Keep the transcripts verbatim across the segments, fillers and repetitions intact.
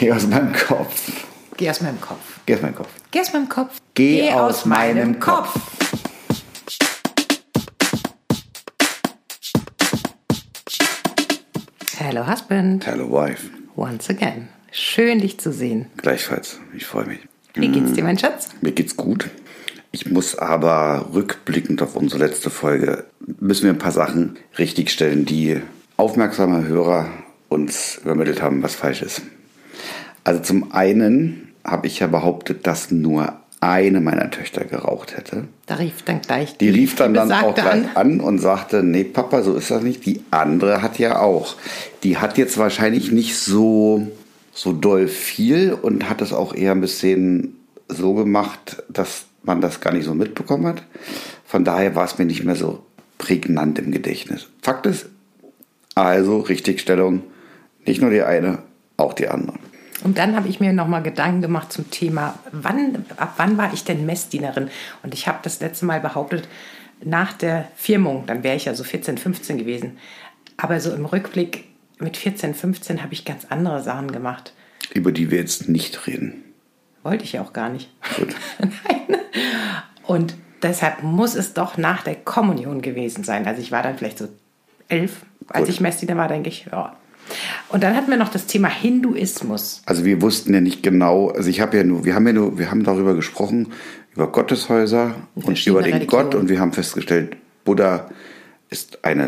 Geh aus meinem Kopf. Geh aus meinem Kopf. Geh aus meinem Kopf. Geh aus meinem Kopf. Geh, Geh aus, aus meinem, meinem Kopf. Kopf. Hello Husband. Hello Wife. Once again. Schön, dich zu sehen. Gleichfalls. Ich freue mich. Wie geht's dir, mein Schatz? Mir geht's gut. Ich muss aber rückblickend auf unsere letzte Folge, müssen wir ein paar Sachen richtigstellen, die aufmerksame Hörer uns übermittelt haben, was falsch ist. Also zum einen habe ich ja behauptet, dass nur eine meiner Töchter geraucht hätte. Da rief dann gleich die, die rief dann, dann auch gleich an. an und sagte, nee Papa, so ist das nicht. Die andere hat ja auch. Die hat jetzt wahrscheinlich nicht so, so doll viel und hat es auch eher ein bisschen so gemacht, dass man das gar nicht so mitbekommen hat. Von daher war es mir nicht mehr so prägnant im Gedächtnis. Fakt ist, also Richtigstellung, nicht nur die eine, auch die andere. Und dann habe ich mir nochmal Gedanken gemacht zum Thema, wann, ab wann war ich denn Messdienerin? Und ich habe das letzte Mal behauptet, nach der Firmung, dann wäre ich ja so vierzehn, fünfzehn gewesen. Aber so im Rückblick mit vierzehn, fünfzehn habe ich ganz andere Sachen gemacht. Über die wir jetzt nicht reden. Wollte ich ja auch gar nicht. Gut. Nein. Und deshalb muss es doch nach der Kommunion gewesen sein. Also ich war dann vielleicht so elf, als Gut. ich Messdiener war, denke ich, ja. Und dann hatten wir noch das Thema Hinduismus. Also wir wussten ja nicht genau, also ich habe ja nur, wir haben ja nur, wir haben darüber gesprochen, über Gotteshäuser und über den Religionen. Gott und wir haben festgestellt, Buddha ist eine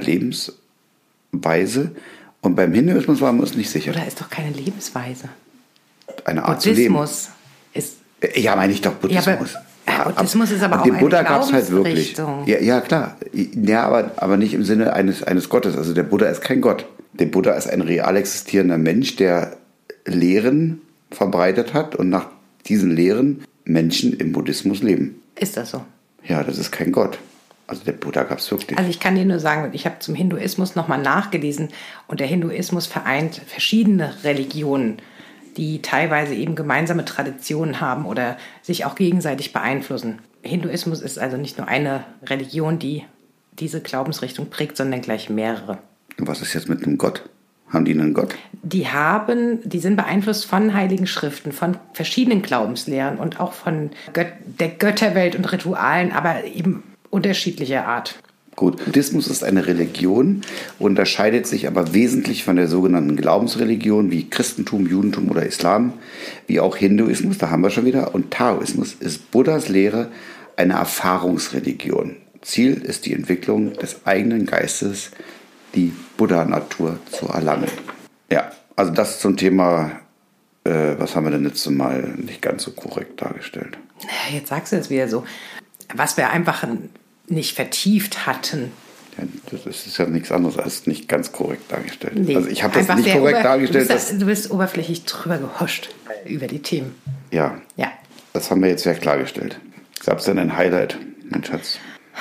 Lebensweise und beim Hinduismus waren wir uns nicht sicher. Buddha ist doch keine Lebensweise. Eine Art zu leben. Buddhismus ist... Ja, meine ich doch Buddhismus. Ja, aber, ja, Buddhismus ist aber und auch den eine Buddha gab es halt wirklich. Glaubensrichtung. Ja, ja, klar. Ja, aber, aber nicht im Sinne eines, eines Gottes. Also der Buddha ist kein Gott. Der Buddha ist ein real existierender Mensch, der Lehren verbreitet hat und nach diesen Lehren Menschen im Buddhismus leben. Ist das so? Ja, das ist kein Gott. Also der Buddha gab es wirklich. Also ich kann dir nur sagen, ich habe zum Hinduismus nochmal nachgelesen und der Hinduismus vereint verschiedene Religionen, die teilweise eben gemeinsame Traditionen haben oder sich auch gegenseitig beeinflussen. Hinduismus ist also nicht nur eine Religion, die diese Glaubensrichtung prägt, sondern gleich mehrere. Und was ist jetzt mit einem Gott? Haben die einen Gott? Die haben, die sind beeinflusst von heiligen Schriften, von verschiedenen Glaubenslehren und auch von Gött- der Götterwelt und Ritualen, aber eben unterschiedlicher Art. Gut, Buddhismus ist eine Religion, unterscheidet sich aber wesentlich von der sogenannten Glaubensreligion wie Christentum, Judentum oder Islam, wie auch Hinduismus, da haben wir schon wieder. Und Taoismus ist Buddhas Lehre, eine Erfahrungsreligion. Ziel ist die Entwicklung des eigenen Geistes, die Buddha-Natur zu erlangen. Ja, also das zum Thema, äh, was haben wir denn letztes Mal nicht ganz so korrekt dargestellt? Jetzt sagst du es wieder so, was wir einfach nicht vertieft hatten. Ja, das ist ja nichts anderes als nicht ganz korrekt dargestellt. Nee, also ich habe das einfach nicht sehr korrekt ober- dargestellt. Du bist, dass, du bist oberflächlich drüber gehuscht über die Themen. ja, Ja. das haben wir jetzt ja klargestellt. Gab es denn ein Highlight, mein Schatz?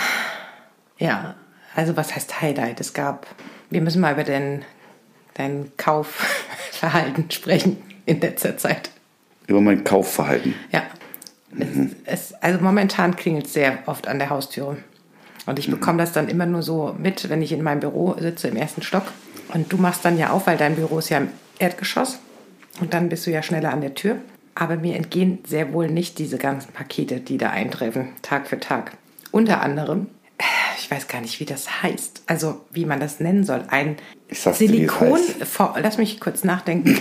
Ja, also was heißt Highlight? Es gab, wir müssen mal über dein, dein Kaufverhalten sprechen in letzter Zeit. Über mein Kaufverhalten. Ja. Mhm. Es, es, also momentan klingelt es sehr oft an der Haustüre. Und ich bekomme das dann immer nur so mit, wenn ich in meinem Büro sitze, im ersten Stock. Und du machst dann ja auf, weil dein Büro ist ja im Erdgeschoss. Und dann bist du ja schneller an der Tür. Aber mir entgehen sehr wohl nicht diese ganzen Pakete, die da eintreffen, Tag für Tag. Unter anderem, ich weiß gar nicht, wie das heißt, also wie man das nennen soll, ein Silikon, lass mich kurz nachdenken,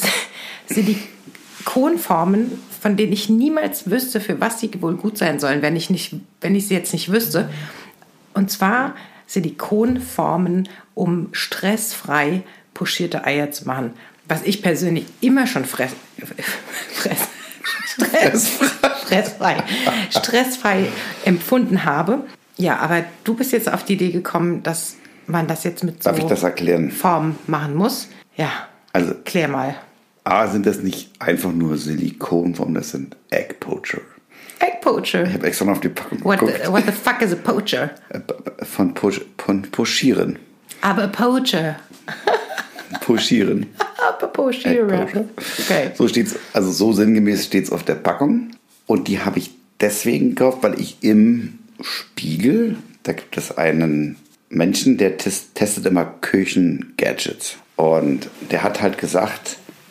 Silikonformen, von denen ich niemals wüsste, für was sie wohl gut sein sollen, wenn ich, nicht, wenn ich sie jetzt nicht wüsste. Und zwar Silikonformen, um stressfrei pochierte Eier zu machen. Was ich persönlich immer schon fress, fress, stress, stressfrei, stressfrei empfunden habe. Ja, aber du bist jetzt auf die Idee gekommen, dass man das jetzt mit so Darf ich das erklären? Formen machen muss. Ja, also, klär mal. A, sind das nicht einfach nur Silikonformen, das sind Egg Poacher. Egg Poacher. Ich habe extra mal auf die Packung What geguckt. the, what the fuck is a poacher? Von, Poch, von Pochieren. Aber a poacher. Pochieren. Aber pochieren. Okay. So steht's, also so sinngemäß steht es auf der Packung. Und die habe ich deswegen gekauft, weil ich im Spiegel, da gibt es einen Menschen, der test, testet immer Küchen-Gadgets. Und der hat halt gesagt, ob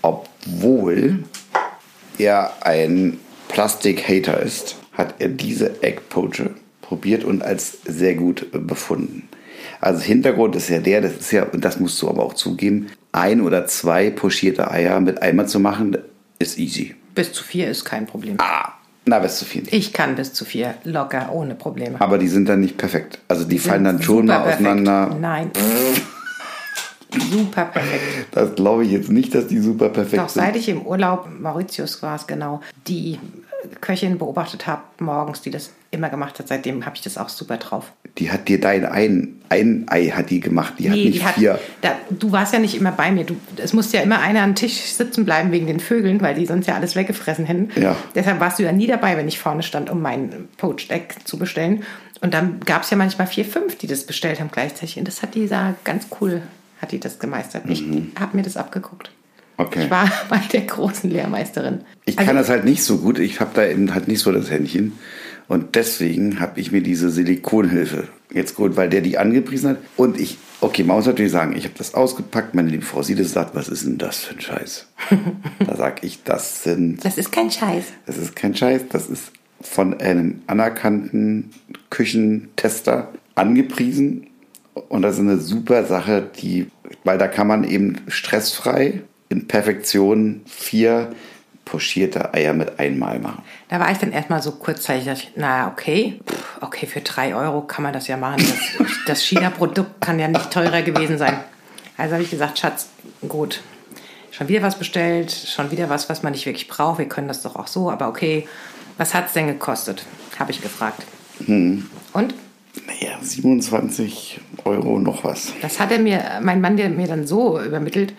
obwohl er ein Plastik-Hater ist, hat er diese Egg Poacher probiert und als sehr gut befunden. Also Hintergrund ist ja der, das ist ja, und das musst du aber auch zugeben, ein oder zwei pochierte Eier mit einmal zu machen, ist easy. Bis zu vier ist kein Problem. Ah, na, bis zu vier nicht. Ich kann bis zu vier locker, ohne Probleme. Aber die sind dann nicht perfekt. Also die, die fallen dann schon mal perfekt. auseinander. Nein. Super perfekt. Das glaube ich jetzt nicht, dass die super perfekt Doch, sind. seit ich im Urlaub, Mauritius war es genau, die Köchin beobachtet habe morgens, die das immer gemacht hat, seitdem habe ich das auch super drauf. Die hat dir dein ein, ein Ei hat die gemacht, die nee, hat nicht die hat, vier. Da, du warst ja nicht immer bei mir. Du, es musste ja immer einer am Tisch sitzen bleiben wegen den Vögeln, weil die sonst ja alles weggefressen hätten. Ja. Deshalb warst du ja nie dabei, wenn ich vorne stand, um mein Poached Egg zu bestellen. Und dann gab es ja manchmal vier, fünf, die das bestellt haben gleichzeitig. Und das hat die da ganz cool, hat die das gemeistert. Mhm. Ich habe mir das abgeguckt. Okay. Ich war bei der großen Lehrmeisterin. Ich kann also, das halt nicht so gut. Ich habe da eben halt nicht so das Händchen. Und deswegen habe ich mir diese Silikonhilfe jetzt geholt, weil der die angepriesen hat. Und ich, okay, man muss natürlich sagen, ich habe das ausgepackt. Meine liebe Frau Siedes sagt, was ist denn das für ein Scheiß? Da sage ich, das sind... Das ist kein Scheiß. Das ist kein Scheiß. Das ist von einem anerkannten Küchentester angepriesen. Und das ist eine super Sache, die, weil da kann man eben stressfrei in Perfektion vier pochierte Eier mit einmal machen. Da war ich dann erstmal so kurzzeitig, dass ich, na okay, pff, okay, für drei Euro kann man das ja machen. Das, das China-Produkt kann ja nicht teurer gewesen sein. Also habe ich gesagt, Schatz, gut, schon wieder was bestellt, schon wieder was, was man nicht wirklich braucht. Wir können das doch auch so, aber okay, was hat es denn gekostet? Habe ich gefragt. Hm. Und? Naja, siebenundzwanzig Euro noch was. Das hat er mir, mein Mann, der mir dann so übermittelt.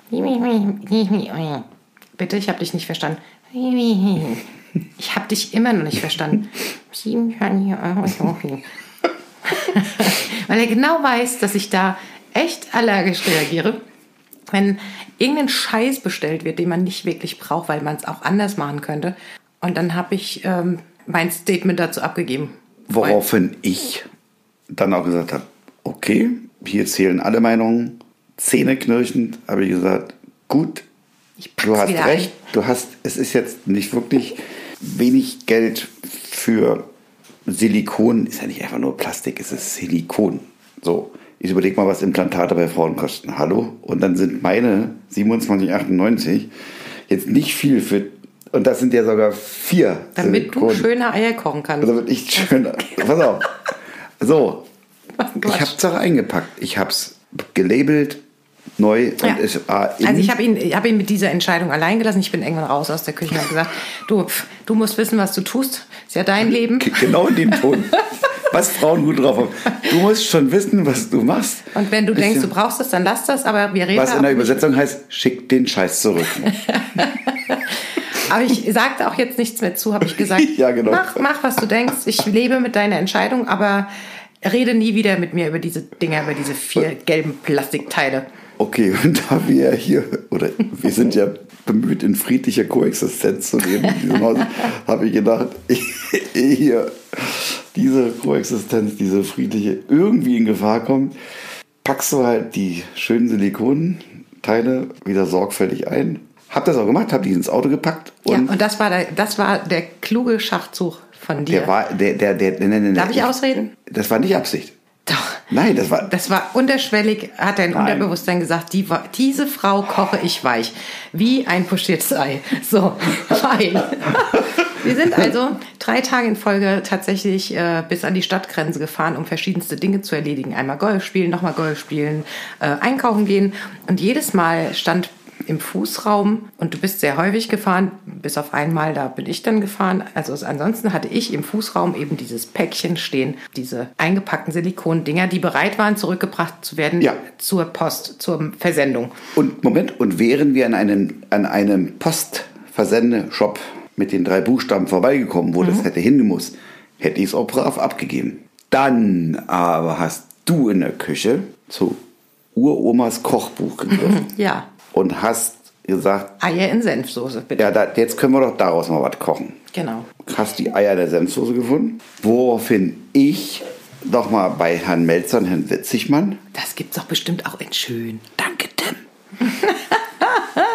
Bitte, ich habe dich nicht verstanden. Ich habe dich immer noch nicht verstanden. Weil er genau weiß, dass ich da echt allergisch reagiere, wenn irgendein Scheiß bestellt wird, den man nicht wirklich braucht, weil man es auch anders machen könnte. Und dann habe ich ähm, mein Statement dazu abgegeben. Woraufhin ich dann auch gesagt habe, okay, hier zählen alle Meinungen. Zähneknirschend habe ich gesagt, gut, du hast recht, ein. du hast, es ist jetzt nicht wirklich wenig Geld für Silikon, ist ja nicht einfach nur Plastik, es ist Silikon. So, ich überlege mal, was Implantate bei Frauen kosten. Hallo? Und dann sind meine siebenundzwanzig achtundneunzig jetzt nicht viel für, und das sind ja sogar vier Damit Silikon. Du schöne Eier kochen kannst. Damit ich schöne, pass auf. So, ich habe es auch eingepackt. Ich habe es gelabelt, neu. Ja. Und es war also ich habe ihn, ich hab ihn mit dieser Entscheidung allein gelassen. Ich bin irgendwann raus aus der Küche und habe gesagt, du, pf, du musst wissen, was du tust. Ist ja dein Leben. Genau in dem Ton. Was Frauen gut drauf haben. Du musst schon wissen, was du machst. Und wenn du ist denkst, ja, du brauchst das, dann lass das. Aber wir reden. Was in der Übersetzung nicht. Heißt, schick den Scheiß zurück. Aber ich sagte auch jetzt nichts mehr zu, habe ich gesagt. Ja, genau. Mach, mach, was du denkst. Ich lebe mit deiner Entscheidung, aber rede nie wieder mit mir über diese Dinger, über diese vier gelben Plastikteile. Okay, und da wir hier, oder wir sind ja bemüht, in friedlicher Koexistenz zu leben in diesem Haus, habe ich gedacht, ehe hier diese Koexistenz, diese friedliche, irgendwie in Gefahr kommt, packst du halt die schönen Silikonteile wieder sorgfältig ein. Hab das auch gemacht, hab die ins Auto gepackt. Und ja, und das war der, das war der kluge Schachzug von dir. Der war, der, der, der, der, der, der Darf ich ausreden? Das war nicht Absicht. Doch. Nein, das war... Das war unterschwellig, hat dein Nein. Unterbewusstsein gesagt, die, diese Frau koche ich weich. Wie ein pochiertes Ei. So, fein. Wir sind also drei Tage in Folge tatsächlich äh, bis an die Stadtgrenze gefahren, um verschiedenste Dinge zu erledigen. Einmal Golf spielen, nochmal Golf spielen, äh, einkaufen gehen. Und jedes Mal stand im Fußraum, und du bist sehr häufig gefahren, bis auf einmal, da bin ich dann gefahren. Also ansonsten hatte ich im Fußraum eben dieses Päckchen stehen, diese eingepackten Silikondinger, die bereit waren, zurückgebracht zu werden, ja, zur Post, zur Versendung. Und Moment, und wären wir an einem, an einem Postversendeshop mit den drei Buchstaben vorbeigekommen, wo mhm. das hätte hingemusst, hätte ich es auch brav abgegeben. Dann aber hast du in der Küche zu Uromas Kochbuch gegriffen. Ja. Und hast gesagt... Eier in Senfsoße, bitte. Ja, da, jetzt können wir doch daraus mal was kochen. Genau. Hast die Eier der Senfsoße gefunden, woraufhin ich doch mal bei Herrn Melzer und Herrn Witzigmann... Das gibt's doch bestimmt auch in schön. Danke, Tim.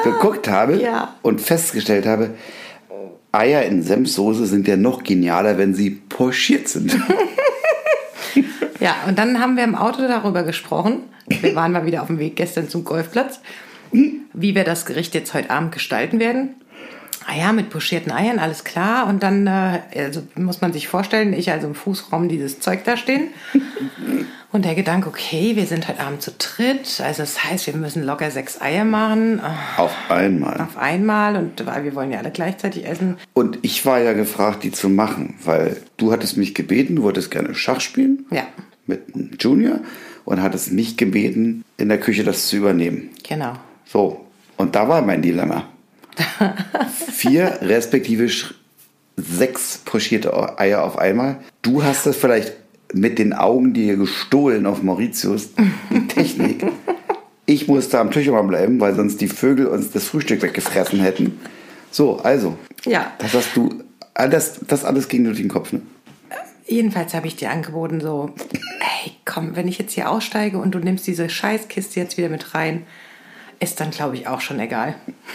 geguckt habe Ja. und festgestellt habe, Eier in Senfsoße sind ja noch genialer, wenn sie pochiert sind. Ja, und dann haben wir im Auto darüber gesprochen. Wir waren mal wieder auf dem Weg gestern zum Golfplatz, wie wir das Gericht jetzt heute Abend gestalten werden. Ah ja, mit pochierten Eiern, alles klar. Und dann äh, also muss man sich vorstellen, ich also im Fußraum dieses Zeug da stehen. Und der Gedanke, okay, wir sind heute Abend zu dritt. Also das heißt, wir müssen locker sechs Eier machen. Auf einmal. Auf einmal. Und weil wir wollen ja alle gleichzeitig essen. Und ich war ja gefragt, die zu machen, weil du hattest mich gebeten, du wolltest gerne Schach spielen. Ja. Mit einem Junior. Und hattest mich gebeten, in der Küche das zu übernehmen. Genau. So, und da war mein Dilemma. Vier respektive sch- sechs pochierte Eier auf einmal. Du hast das vielleicht mit den Augen dir gestohlen auf Mauritius, die Technik. Ich musste am Töchermann bleiben, weil sonst die Vögel uns das Frühstück weggefressen hätten. So, also. Ja. Das hast du, das, das alles ging durch den Kopf, ne? Jedenfalls habe ich dir angeboten, so, hey, komm, wenn ich jetzt hier aussteige und du nimmst diese Scheißkiste jetzt wieder mit rein, ist dann, glaube ich, auch schon egal.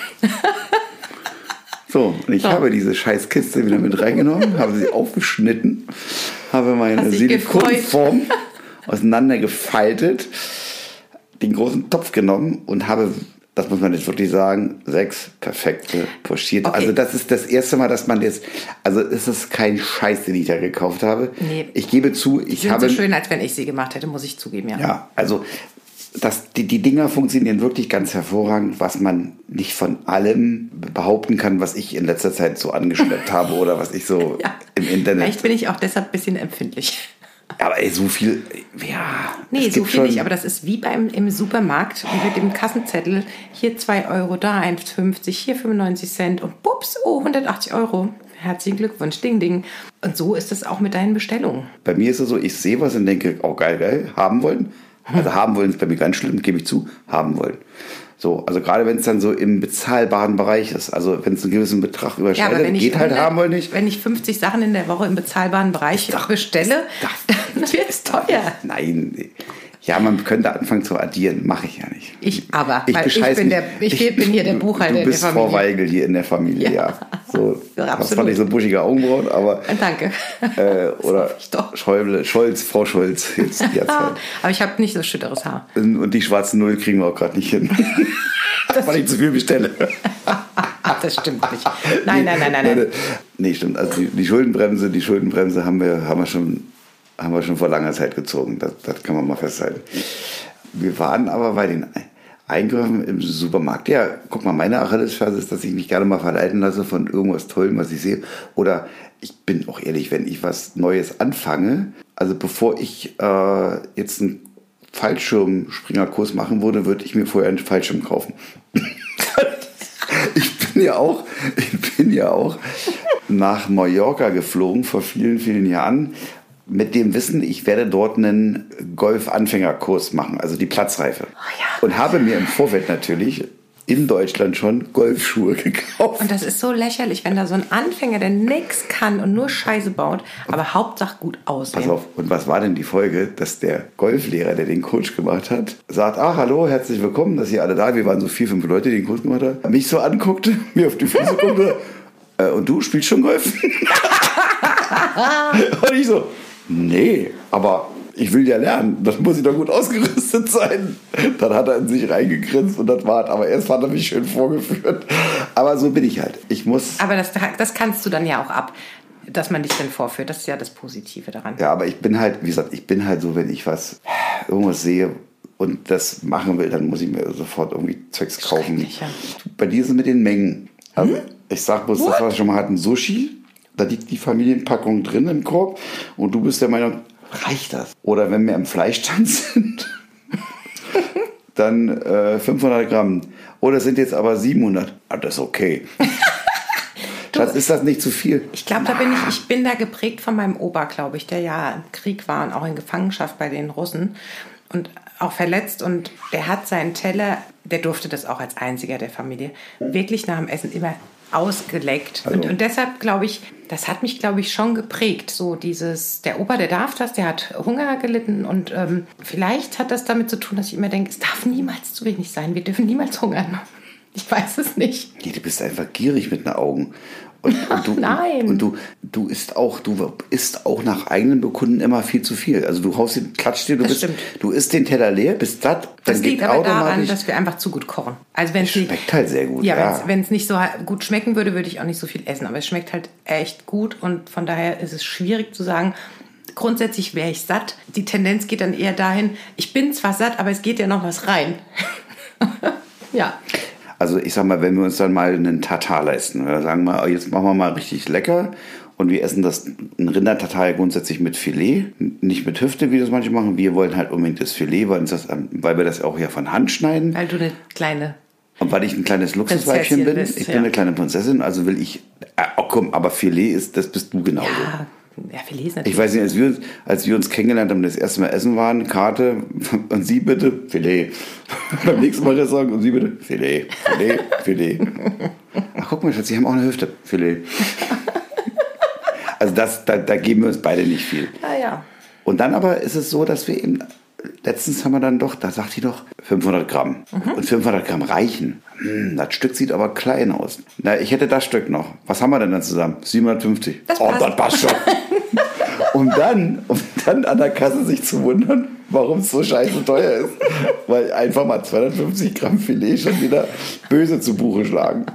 So, und ich So. habe diese Scheißkiste wieder mit reingenommen, habe sie aufgeschnitten, habe meine Hast dich Silikonform auseinandergefaltet, den großen Topf genommen und habe, das muss man jetzt wirklich sagen, sechs perfekte pochierte. Okay. Also das ist das erste Mal, dass man jetzt, also es ist kein Scheiß, den ich da gekauft habe. Nee. Ich gebe zu, ich Die sind habe... so schön, als wenn ich sie gemacht hätte, muss ich zugeben, ja. Ja, also das, die, die Dinger funktionieren wirklich ganz hervorragend, was man nicht von allem behaupten kann, was ich in letzter Zeit so angeschleppt habe oder was ich so Ja. im Internet... Vielleicht bin ich auch deshalb ein bisschen empfindlich. Aber ey, so viel, ja... Nee, es so gibt viel schon- nicht, aber das ist wie beim im Supermarkt mit dem Kassenzettel. Hier zwei Euro, da eins fünfzig, hier fünfundneunzig Cent und bups, oh, hundertachtzig Euro. Herzlichen Glückwunsch, ding, ding. Und so ist es auch mit deinen Bestellungen. Bei mir ist es so, ich sehe was und denke, oh geil, geil, haben wollen. Also haben wollen ist bei mir ganz schlimm, gebe ich zu, haben wollen. So, also gerade wenn es dann so im bezahlbaren Bereich ist, also wenn es einen gewissen Betrag überschreitet, geht halt haben wollen nicht. Wenn ich fünfzig Sachen in der Woche im bezahlbaren Bereich Doch, bestelle, das- dann wird es teuer. Nein, ja, man könnte anfangen zu addieren, mache ich ja nicht. Ich aber, Ich, weil ich bescheiß bin, mich. der, ich, bin hier der Buchhalter Du in der bist Familie. Frau Weigel hier in der Familie, ja. Ja. So, Ja, hast zwar absolut. nicht so buschige Augenbrauen, aber Danke. äh, oder hoffe ich doch. Schäuble, Scholz, Frau Scholz jetzt derzeit. Aber ich habe nicht so schütteres Haar. Und die schwarzen Null kriegen wir auch gerade nicht hin. Weil ich zu viel bestelle. Das stimmt nicht. Nein, nein, nein, nein, nein. Nee, stimmt. Also die, die Schuldenbremse, die Schuldenbremse haben wir, haben wir schon, haben wir schon vor langer Zeit gezogen. Das, das kann man mal festhalten. Wir waren aber bei den Einkäufen im Supermarkt. Ja, guck mal, meine Achillesferse ist, dass ich mich gerne mal verleiten lasse von irgendwas Tollem, was ich sehe. Oder ich bin auch ehrlich, wenn ich was Neues anfange, also bevor ich äh, jetzt einen Fallschirmspringerkurs machen würde, würde ich mir vorher einen Fallschirm kaufen. Ich bin ja auch, ich bin ja auch nach Mallorca geflogen vor vielen, vielen Jahren mit dem Wissen, ich werde dort einen Golf-Anfängerkurs machen, also die Platzreife. Oh ja. Und habe mir im Vorfeld natürlich in Deutschland schon Golfschuhe gekauft. Und das ist so lächerlich, wenn da so ein Anfänger, der nichts kann und nur Scheiße baut, aber Hauptsache gut aussehen. Pass auf, und was war denn die Folge, dass der Golflehrer, der den Coach gemacht hat, sagt, ah, hallo, herzlich willkommen, dass ihr alle da, wir waren so vier, fünf Leute, die den Kurs gemacht haben, mich so anguckte, mir auf die Füße guckte, äh, und du spielst schon Golf? Und ich so, nee, aber ich will ja lernen, dann muss ich doch gut ausgerüstet sein. Dann hat er in sich reingegrinst und das war's. Aber erst hat er mich schön vorgeführt. Aber so bin ich halt. Ich muss... Aber das, das kannst du dann ja auch ab, dass man dich dann vorführt. Das ist ja das Positive daran. Ja, aber ich bin halt, wie gesagt, ich bin halt so, wenn ich was, irgendwas sehe und das machen will, dann muss ich mir sofort irgendwie Zeugs kaufen. Schrecklich, ja. Bei dir ist es mit den Mengen. Also, ich sag bloß, das What? war schon mal halt ein Sushi. Da liegt die Familienpackung drin im Korb und du bist der Meinung, reicht das? Oder wenn wir im Fleischstand sind, dann äh, fünfhundert Gramm. Oder sind jetzt aber siebenhundert. Ah, das ist okay. Schatz, ist das nicht zu viel? Ich glaube, da bin ich, ich bin da geprägt von meinem Opa, glaube ich, der ja im Krieg war und auch in Gefangenschaft bei den Russen und auch verletzt. Und der hat seinen Teller, der durfte das auch als einziger der Familie, wirklich nach dem Essen immer ausgeleckt. Also. Und, und deshalb glaube ich, das hat mich, glaube ich, schon geprägt. So dieses, der Opa, der darf das, der hat Hunger gelitten und ähm, vielleicht hat das damit zu tun, dass ich immer denke, es darf niemals zu wenig sein, wir dürfen niemals hungern. Ich weiß es nicht. Nee, du bist einfach gierig mit den Augen. Und, und du, Nein. Und du, du isst auch, du isst auch nach eigenen Bekunden immer viel zu viel. Also du haust den, klatscht dir, du, Das bist, stimmt. du isst den Teller leer, bist satt, dann Das geht liegt aber daran, automatisch. dass wir einfach zu gut kochen. Also wenn es nicht, Schmeckt halt sehr gut. ja, Ja, wenn es nicht so gut schmecken würde, würde ich auch nicht so viel essen. Aber es schmeckt halt echt gut und von daher ist es schwierig zu sagen. Grundsätzlich wäre ich satt. Die Tendenz geht dann eher dahin, ich bin zwar satt, aber es geht ja noch was rein. Ja. Also ich sag mal, wenn wir uns dann mal einen Tatar leisten, oder sagen wir mal, jetzt machen wir mal richtig lecker und wir essen das ein Rindertatar grundsätzlich mit Filet, nicht mit Hüfte, wie das manche machen. Wir wollen halt unbedingt das Filet, weil, uns das, weil wir das auch ja von Hand schneiden. Weil du eine kleine... Und weil ich ein kleines Luxusweibchen bin, bist, ich ja. bin eine kleine Prinzessin, also will ich, äh, oh komm, aber Filet ist, das bist du genauso. Ja, ja, Filet ist natürlich... Ich weiß nicht, als wir, uns, als wir uns kennengelernt haben, das erste Mal essen waren, Karte, und Sie bitte, Filet. Beim nächsten Mal das sagen, und Sie bitte, Filet, Filet, Filet. Ach, guck mal, Schatz, Sie haben auch eine Hüfte, Filet. Also das, da, da geben wir uns beide nicht viel. Ah ja. Und dann aber ist es so, dass wir eben, letztens haben wir dann doch, da sagt die doch, fünfhundert Gramm. Mhm. Und fünfhundert Gramm reichen. Hm, das Stück sieht aber klein aus. Na, ich hätte das Stück noch. Was haben wir denn dann zusammen? siebenhundertfünfzig. Das oh, passt. das passt schon. um, dann, um dann an der Kasse sich zu wundern, warum es so scheiße teuer ist. Weil einfach mal zweihundertfünfzig Gramm Filet schon wieder böse zu Buche schlagen.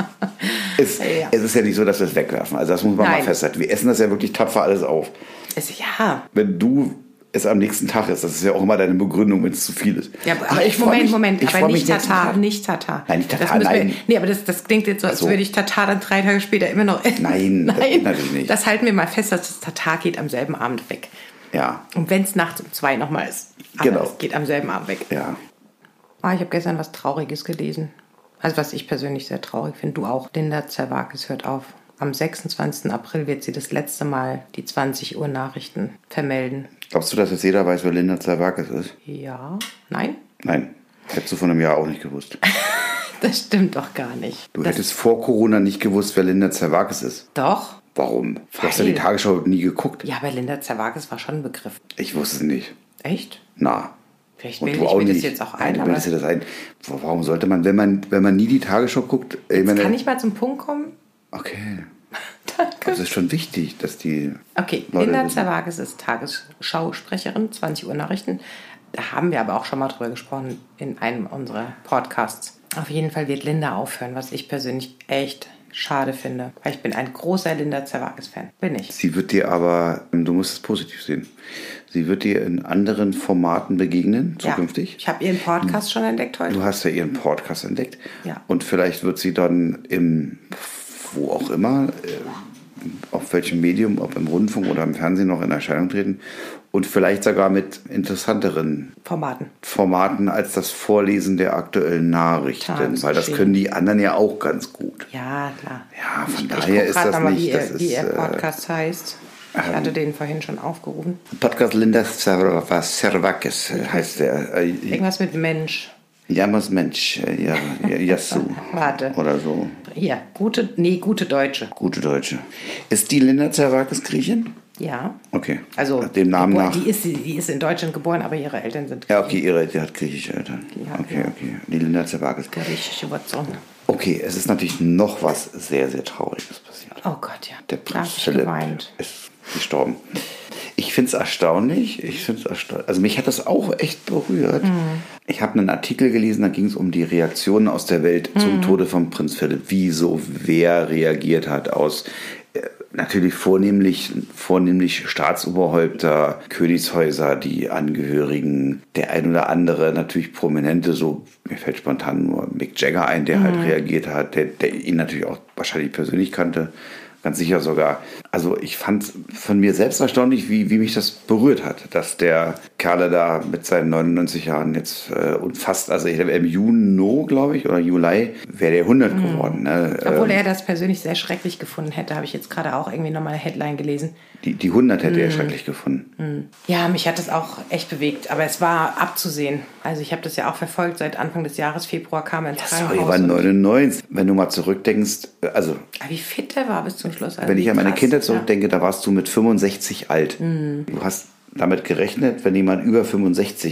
Es, Ja. es ist ja nicht so, dass wir es wegwerfen. Also das muss man Nein. mal festhalten. Wir essen das ja wirklich tapfer alles auf. Es, ja. Wenn du es am nächsten Tag ist, das ist ja auch immer deine Begründung, wenn es zu viel ist. Ja, aber Ach, ich freu Moment, mich, Moment, ich aber freu nicht mich nächsten Tatar, Tag. nicht Tatar. Nein, nicht Tatar, Das müssen wir- nein. Nee, aber das, das klingt jetzt so, als so. würde ich Tatar dann drei Tage später immer noch essen. Nein, das geht natürlich nicht. Das halten wir mal fest, dass das Tatar geht am selben Abend weg. Ja, Und wenn es nachts um zwei nochmal ist. Aber Genau. es geht am selben Abend weg. ja. Ah, ich habe gestern was Trauriges gelesen. Also was ich persönlich sehr traurig finde. Du auch. Linda Zerwakis hört auf. Am sechsundzwanzigsten April wird sie das letzte Mal die zwanzig Uhr Nachrichten vermelden. Glaubst du, dass jetzt jeder weiß, wer Linda Zerwakis ist? Ja? Nein? Nein, hättest du von einem Jahr auch nicht gewusst. Das stimmt doch gar nicht. Du das, hättest vor Corona nicht gewusst, wer Linda Zerwakis ist. Doch. Warum? Du hast ja Weil- die Tagesschau nie geguckt. Ja, aber Linda Zerwakis war schon ein Begriff. Ich wusste es nicht. Echt? Na. Vielleicht Und bilde du ich auch mir das nicht. jetzt auch Nein, ein. du Aber bildest dir das ein. Warum sollte man, wenn man, wenn man nie die Tagesschau guckt, ich meine, kann ich mal zum Punkt kommen? okay. Danke. Das ist schon wichtig, dass die Okay, Leute Linda wissen. Zerwakis ist Tagesschausprecherin, zwanzig Uhr Nachrichten. Da haben wir aber auch schon mal drüber gesprochen in einem unserer Podcasts. Auf jeden Fall wird Linda aufhören, was ich persönlich echt schade finde. Weil ich bin ein großer Linda Zerwakis-Fan. Bin ich. Sie wird dir aber, du musst es positiv sehen, sie wird dir in anderen Formaten begegnen, zukünftig. Ja, ich habe ihren Podcast schon entdeckt heute. Du hast ja ihren Podcast entdeckt. Ja. Und vielleicht wird sie dann im, wo auch immer, äh, auf welchem Medium, ob im Rundfunk oder im Fernsehen noch in Erscheinung treten. Und vielleicht sogar mit interessanteren Formaten. Formaten als das Vorlesen der aktuellen Nachrichten. Tagesgeschehen. Weil das können die anderen ja auch ganz gut. Ja, klar. Ja, von Ich daher guck ist grad das noch mal, nicht. Wie, Das ihr, wie ist, ihr äh, Podcast heißt. Ich hatte den vorhin schon aufgerufen. Podcast Linda Zerwakis heißt der. Äh, Irgendwas mit Mensch. Jammers Mensch, äh, ja, ja, Yasu. Warte. Oder so. Hier, gute, nee, gute Deutsche. Gute Deutsche. Ist die Linda Zerwakis Griechin? Ja. Okay. Also dem Namen geboren, nach. Die ist, die ist in Deutschland geboren, aber ihre Eltern sind Ja, okay, ihre, die hat griechische Eltern. Ja, okay, ja. okay. Die Linda Zerwakis. griechische Wurzeln. Okay, es ist natürlich noch was sehr, sehr Trauriges passiert. Oh Gott, ja. Der Da hab Prinz ich Philipp geweint. ist gestorben. Ich finde es erstaunlich. Ich find's erstaunlich. Also mich hat das auch echt berührt. Mhm. Ich habe einen Artikel gelesen, da ging es um die Reaktionen aus der Welt Mhm. zum Tode von Prinz Philipp. Wieso, wer reagiert hat aus äh, natürlich vornehmlich, vornehmlich Staatsoberhäupter, Königshäuser, die Angehörigen, der ein oder andere natürlich Prominente, so mir fällt spontan nur Mick Jagger ein, der Mhm. halt reagiert hat, der, der ihn natürlich auch wahrscheinlich persönlich kannte. Ganz sicher sogar. Also ich fand von mir selbst erstaunlich, wie, wie mich das berührt hat, dass der Kerle da mit seinen neunundneunzig Jahren jetzt äh, und fast, also ich glaube im Juni, glaube ich, oder Juli, wäre der hundert Mhm. geworden. Ne? Obwohl Ähm, er das persönlich sehr schrecklich gefunden hätte, habe ich jetzt gerade auch irgendwie nochmal eine Headline gelesen. die, die hundert hätte Mhm. er schrecklich gefunden. Ja, mich hat das auch echt bewegt, aber es war abzusehen. Also ich habe das ja auch verfolgt, seit Anfang des Jahres, Februar kam er ins Sorry, Krankenhaus. war und- neunundneunzig. Wenn du mal zurückdenkst, also Aber wie fit der war bis zum Schluss. Also wenn ich wie an meine krass, Kindheit ja. zurückdenke, da warst du mit fünfundsechzig alt. Mhm. Du hast damit gerechnet, wenn jemand über fünfundsechzig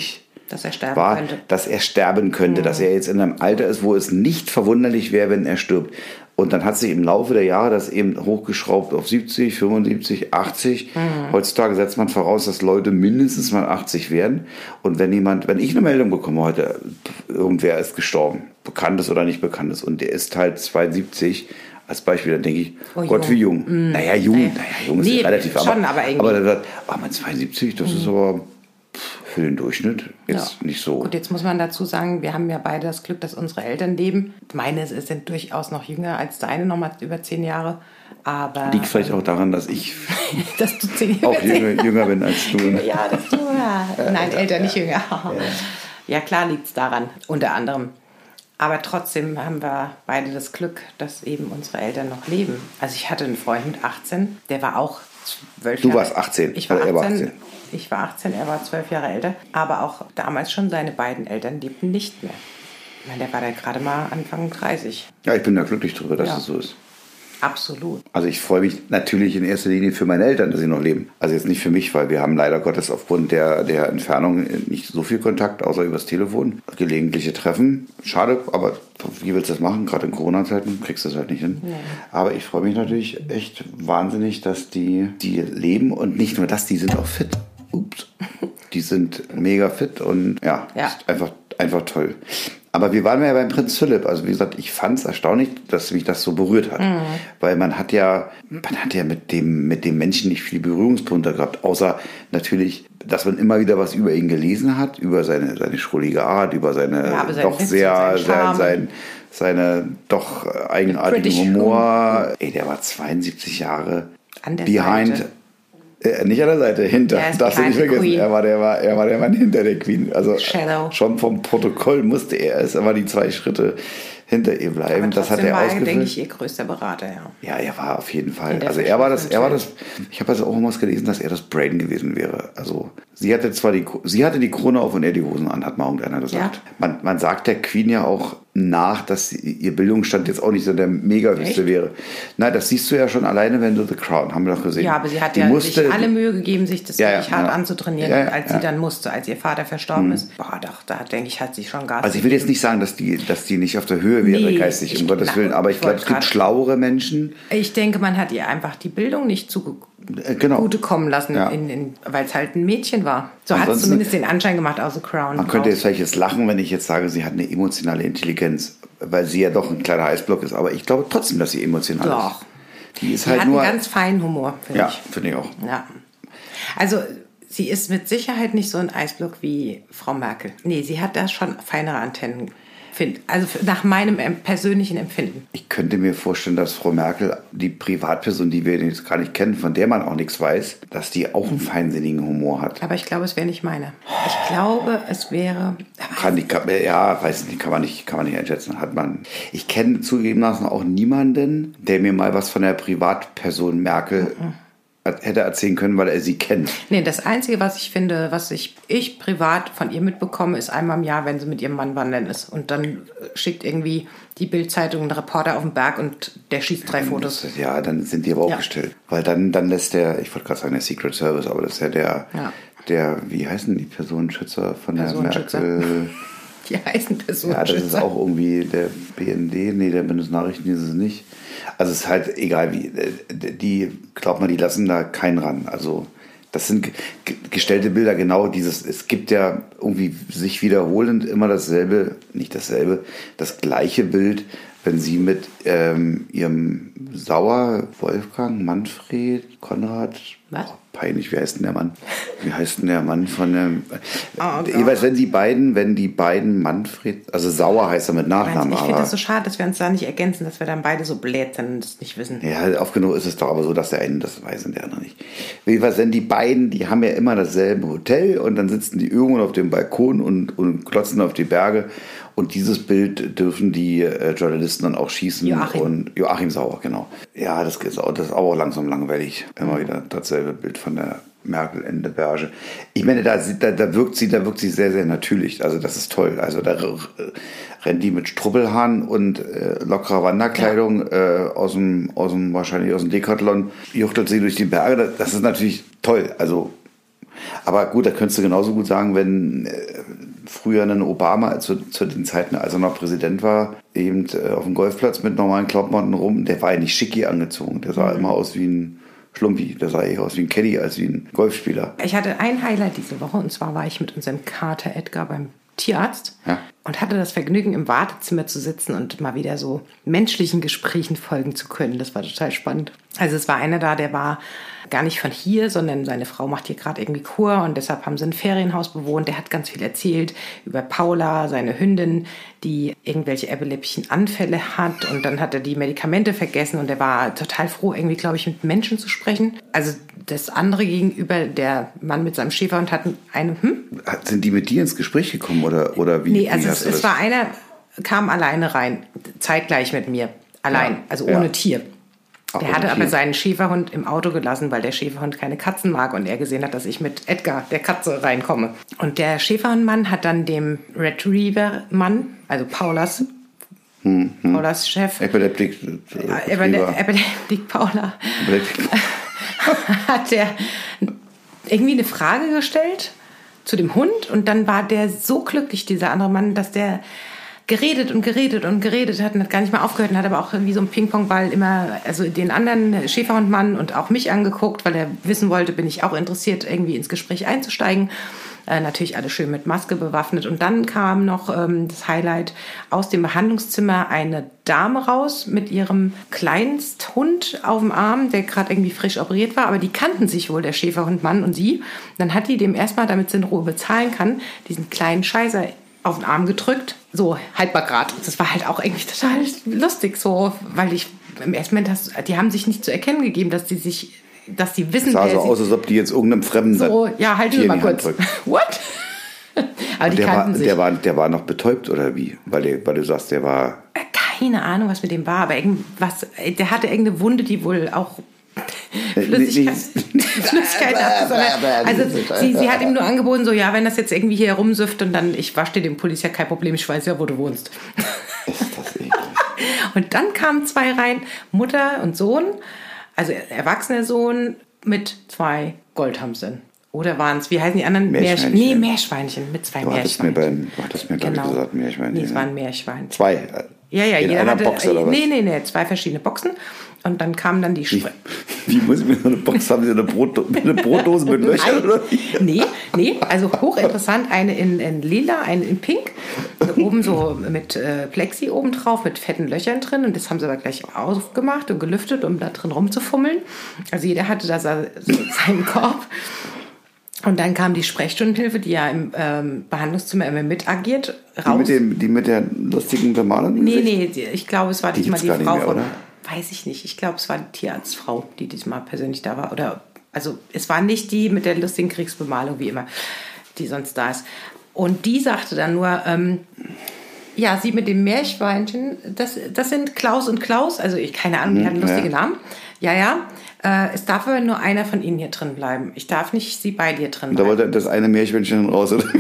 dass er sterben war, könnte. dass er sterben könnte, mhm. dass er jetzt in einem Alter ist, wo es nicht verwunderlich wäre, wenn er stirbt. Und dann hat sich im Laufe der Jahre das eben hochgeschraubt auf siebzig, fünfundsiebzig, achtzig. Mhm. Heutzutage setzt man voraus, dass Leute mindestens mal achtzig werden. Und wenn jemand, wenn ich eine Meldung bekomme heute, irgendwer ist gestorben, Bekanntes oder nicht Bekanntes, und der ist halt zweiundsiebzig, als Beispiel, dann denke ich, oh, Gott, jung. wie jung. Mm. Naja, jung, naja, jung ist nee, relativ, schon, aber, aber irgendwie. Aber dann ah, man zweiundsiebzig, das mm. ist aber für den Durchschnitt jetzt ja. nicht so. Gut, jetzt muss man dazu sagen, wir haben ja beide das Glück, dass unsere Eltern leben. Meine sind durchaus noch jünger als deine, noch mal über zehn Jahre. Aber liegt vielleicht auch daran, dass ich dass du zehn auch jünger, jünger bin als du. Ja, dass du, ja. Nein, älter, nicht jünger. Ja, ja klar liegt es daran, unter anderem. Aber trotzdem haben wir beide das Glück, dass eben unsere Eltern noch leben. Also ich hatte einen Freund mit achtzehn, der war auch zwölf Jahre. Du warst achtzehn. Ich war achtzehn, er war achtzehn. Ich war achtzehn, er war zwölf Jahre älter. Aber auch damals schon, seine beiden Eltern lebten nicht mehr. Ich meine, der war dann gerade mal Anfang dreißig. Ja, ich bin da glücklich drüber, dass ja. es so ist. Absolut. Also ich freue mich natürlich in erster Linie für meine Eltern, dass sie noch leben. Also jetzt nicht für mich, weil wir haben leider Gottes aufgrund der, der Entfernung nicht so viel Kontakt, außer übers Telefon. Gelegentliche Treffen. Schade, aber wie willst du das machen? Gerade in Corona-Zeiten kriegst du das halt nicht hin. Nee. Aber ich freue mich natürlich echt wahnsinnig, dass die, die leben, und nicht nur das, die sind auch fit. Ups. Die sind mega fit und ja, ja. ist einfach, einfach toll. Aber wir waren ja beim Prinz Philipp. Also wie gesagt, ich fand es erstaunlich, dass mich das so berührt hat. Mhm. Weil man hat ja, man hat ja mit dem, mit dem Menschen nicht viel Berührungspunkte gehabt. Außer natürlich, dass man immer wieder was über ihn gelesen hat. Über seine, seine schrullige Art, über seine ja, doch sehr, sein, sein, seine doch eigenartigen Humor. Ey, der war zweiundsiebzig Jahre an der behind. Seite. Äh, nicht an der Seite, hinter. Darfst du nicht vergessen. Er war, der war, er war der Mann hinter der Queen. Also Shadow. Schon vom Protokoll musste er es, aber die zwei Schritte hinter ihr bleiben. Aber das hat er ausgefüllt. Denke ich, ihr größter Berater, ja. Ja, er war auf jeden Fall. Also er war das, er war das. Ich habe also auch immer gelesen, dass er das Brain gewesen wäre. Also sie hatte zwar die, sie hatte die Krone auf und er die Hosen an, hat mal irgendeiner gesagt. Ja. Man, man sagt der Queen ja auch nach, dass ihr Bildungsstand jetzt auch nicht so der Mega-Höchste wäre. Nein, das siehst du ja schon alleine, wenn du The Crown, haben wir doch gesehen. Ja, aber sie hat die ja musste, sich alle Mühe gegeben, sich das ja, wirklich ja, hart ja. anzutrainieren, ja, ja, als ja. sie dann musste, als ihr Vater verstorben mhm. ist. Boah, doch, da denke ich, hat sie schon Gas. Also ich will jetzt nicht sagen, dass die, dass die nicht auf der Höhe wäre, nee, geistig, um Gottes Willen, aber ich, ich glaube, es gibt schlauere Menschen. Ich denke, man hat ihr einfach die Bildung nicht zugeguckt. Genau. Gute kommen lassen, ja. in, in, weil es halt ein Mädchen war. So hat es zumindest den Anschein gemacht aus The Crown. Man könnte jetzt vielleicht jetzt lachen, wenn ich jetzt sage, sie hat eine emotionale Intelligenz, weil sie ja doch ein kleiner Eisblock ist. Aber ich glaube trotzdem, dass sie emotional doch. ist. Die ist sie halt hat nur einen ganz feinen Humor, finde ja, ich. Ja, finde ich auch. Ja. Also sie ist mit Sicherheit nicht so ein Eisblock wie Frau Merkel. Nee, sie hat da schon feinere Antennen. Also nach meinem persönlichen Empfinden. Ich könnte mir vorstellen, dass Frau Merkel, die Privatperson, die wir jetzt gar nicht kennen, von der man auch nichts weiß, dass die auch einen feinsinnigen Humor hat. Aber ich glaube, es wäre nicht meine. Ich glaube, es wäre... Kann die, kann, ja, weiß nicht, kann man nicht, kann man nicht einschätzen. Hat man. Ich kenne zugegebenermaßen auch niemanden, der mir mal was von der Privatperson Merkel... Mhm. hätte erzählen können, weil er sie kennt. Nee, das Einzige, was ich finde, was ich, ich privat von ihr mitbekomme, ist einmal im Jahr, wenn sie mit ihrem Mann wandern ist. Und dann schickt irgendwie die Bild-Zeitung einen Reporter auf den Berg und der schießt drei Fotos. Ja, dann sind die aber auch ja. gestellt. Weil dann, dann lässt der, ich wollte gerade sagen, der Secret Service, aber das ist ja der, ja. der, wie heißen die Personenschützer von der Merkel? Die heißen Personenschützer. Ja, das ist auch irgendwie der B N D, nee, der Bundesnachrichtendienst ist es nicht. Also es ist halt egal wie, die, glaubt man, die lassen da keinen ran. Also das sind gestellte Bilder, genau dieses, es gibt ja irgendwie sich wiederholend immer dasselbe, nicht dasselbe, das gleiche Bild, wenn sie mit ähm, ihrem Sauer, Wolfgang, Manfred, Konrad, was? Oh, peinlich, wie heißt denn der Mann? Wie heißt denn der Mann von dem? Oh, jeweils, wenn die beiden, wenn die beiden Manfred, also Sauer heißt er mit Nachnamen. Ich finde das so schade, dass wir uns da nicht ergänzen, dass wir dann beide so blöd sind und das nicht wissen. Ja, oft genug ist es doch aber so, dass der eine das weiß und der andere nicht. Jedenfalls, wenn die beiden, die haben ja immer dasselbe Hotel und dann sitzen die irgendwo auf dem Balkon und, und klotzen auf die Berge. Und dieses Bild dürfen die äh, Journalisten dann auch schießen. Joachim. Und Joachim Sauer, genau. Ja, das ist auch, das ist auch langsam langweilig. Immer mhm. wieder dasselbe Bild von der Merkel in der Berge. Ich meine, da, da, da wirkt sie, da wirkt sie sehr, sehr natürlich. Also das ist toll. Also da rennt die mit Strubbelhahn und äh, lockerer Wanderkleidung ja. äh, aus dem, aus dem, wahrscheinlich aus dem Decathlon, juchtelt sie durch die Berge. Das ist natürlich toll. Also, aber gut, da könntest du genauso gut sagen, wenn, früher einen Obama, zu, zu den Zeiten, als er noch Präsident war, eben äh, auf dem Golfplatz mit normalen Klamotten rum. Der war ja nicht schicki angezogen. Der sah mhm. immer aus wie ein Schlumpi. Der sah eher aus wie ein Caddy als wie ein Golfspieler. Ich hatte ein Highlight diese Woche und zwar war ich mit unserem Kater Edgar beim Tierarzt ja. und hatte das Vergnügen, im Wartezimmer zu sitzen und mal wieder so menschlichen Gesprächen folgen zu können. Das war total spannend. Also es war einer da, der war gar nicht von hier, sondern seine Frau macht hier gerade irgendwie Kur und deshalb haben sie ein Ferienhaus bewohnt. Der hat ganz viel erzählt über Paula, seine Hündin, die irgendwelche epileptischen Anfälle hat und dann hat er die Medikamente vergessen und er war total froh, irgendwie, glaube ich, mit Menschen zu sprechen. Also das andere gegenüber, der Mann mit seinem Schäferhund hat eine... Hm? Sind die mit dir ins Gespräch gekommen oder, oder wie? Nee, also wie es, es war einer, kam alleine rein, zeitgleich mit mir, allein, ja. also ohne ja. Tier. Der hatte aber seinen Schäferhund im Auto gelassen, weil der Schäferhund keine Katzen mag und er gesehen hat, dass ich mit Edgar, der Katze, reinkomme. Und der Schäferhundmann hat dann dem Retriever-Mann, also Paulas, hm, hm. Paulas Chef, Epileptik, äh, Epileptik Paula, Epileptik. hat der irgendwie eine Frage gestellt zu dem Hund und dann war der so glücklich, dieser andere Mann, dass der geredet und geredet und geredet hat und hat gar nicht mal aufgehört und hat aber auch wie so ein Ping-Pong-Ball immer, also den anderen Schäferhundmann und auch mich angeguckt, weil er wissen wollte, bin ich auch interessiert, irgendwie ins Gespräch einzusteigen. Äh, natürlich alles schön mit Maske bewaffnet. Und dann kam noch ähm, das Highlight aus dem Behandlungszimmer eine Dame raus mit ihrem Kleinsthund auf dem Arm, der gerade irgendwie frisch operiert war, aber die kannten sich wohl, der Schäferhundmann und sie. Dann hat die dem erstmal, damit sie in Ruhe bezahlen kann, diesen kleinen Scheißer auf den Arm gedrückt, so haltbar grad. Das war halt auch irgendwie total lustig, so, weil ich im ersten Moment, hast, die haben sich nicht zu erkennen gegeben, dass die sich, dass die wissen, das sah so aus, als ob die jetzt irgendeinem Fremden so, ja, halt Tier mal kurz. What? Aber die der kannten war, sich. Der war, der war noch betäubt oder wie? Weil, der, weil du sagst, der war... Keine Ahnung, was mit dem war, aber irgendwas, der hatte irgendeine Wunde, die wohl auch Flüssigkeit, Flüssigkeit abgesondert. Also sie, sie hat ihm nur angeboten, so ja, wenn das jetzt irgendwie hier herumsüfft und dann, ich wasche dir den Pulli, ist ja kein Problem, ich weiß ja, wo du wohnst. Ist das eklig. Und dann kamen zwei rein, Mutter und Sohn, also erwachsener Sohn mit zwei Goldhamstern. Oder waren es, wie heißen die anderen? Meerschweinchen. Nee, Meerschweinchen, mit zwei du Meerschweinchen. Mir beim, du hattest mir, genau. gesagt, Meerschweinchen. Nee, es waren Meerschweinchen. Zwei? Ja, ja, in jeder einer hatte, Box oder was? Nee, nee, nee, zwei verschiedene Boxen. Und dann kamen dann die Spre Wie, wie muss ich mir so eine Box haben? Eine, Brot, eine Brotdose mit Löchern oder wie? Nee, nee, also hochinteressant. Eine in, in lila, eine in pink. Oben so mit äh, Plexi oben drauf, mit fetten Löchern drin. Und das haben sie aber gleich aufgemacht und gelüftet, um da drin rumzufummeln. Also jeder hatte da so seinen Korb. Und dann kam die Sprechstundenhilfe, die ja im ähm, Behandlungszimmer immer mit agiert, raus. Die mit, dem, die mit der lustigen Bemalung? Nee, nee, die, ich glaube, es war die diesmal die Frau mehr, von... Oder? Weiß ich nicht. Ich glaube, es war die Tierarztfrau, die diesmal persönlich da war. Oder, also es war nicht die mit der lustigen Kriegsbemalung, wie immer, die sonst da ist. Und die sagte dann nur, ähm, ja, sie mit dem Meerschweinchen, das, das sind Klaus und Klaus. Also ich, keine Ahnung, die hatten lustige ja. Namen. Ja, ja. Äh, es darf aber nur einer von ihnen hier drin bleiben. Ich darf nicht sie beide hier drin bleiben. Da wollte das eine Meerschweinchen raus, oder?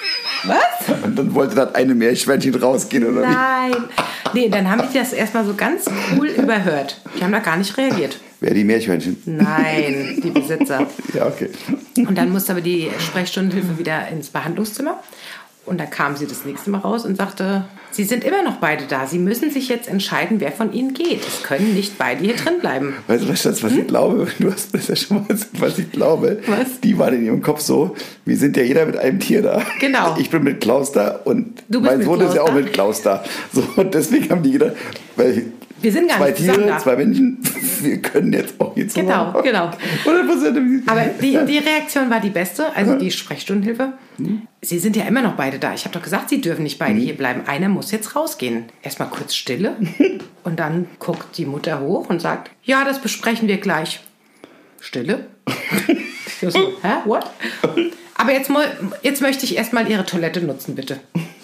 Was? Und dann wollte das eine Meerschweinchen rausgehen, oder Nein. Nee, dann haben die das erstmal so ganz cool überhört. Die haben da gar nicht reagiert. Wer, die Meerschweinchen? Nein, die Besitzer. Ja, okay. Und dann musste aber die Sprechstundenhilfe wieder ins Behandlungszimmer. Und da kam sie das nächste Mal raus und sagte, Sie sind immer noch beide da. Sie müssen sich jetzt entscheiden, wer von Ihnen geht. Es können nicht beide hier drin bleiben. Weißt du, was, was hm? ich glaube? Du hast das ja schon mal gesagt, was ich glaube. Was? Die waren in ihrem Kopf so, wir sind ja jeder mit einem Tier da. Genau. Ich bin mit Klaus da und du bist mein Sohn ist ja auch mit Klaus da. So, und deswegen haben die gedacht, weil wir sind gar zwei nicht Tiere, da. zwei Menschen, wir können jetzt auch hier zusammen. Genau, genau. Aber die, die Reaktion war die beste, also die Sprechstundenhilfe. Hm? Sie sind ja immer noch beide da. Ich habe doch gesagt, Sie dürfen nicht beide hm. hier bleiben. Einer muss jetzt rausgehen. Erstmal kurz Stille und dann guckt die Mutter hoch und sagt, ja, das besprechen wir gleich. Stille. Ich so, hä, what? Aber jetzt, jetzt möchte ich erstmal Ihre Toilette nutzen, bitte.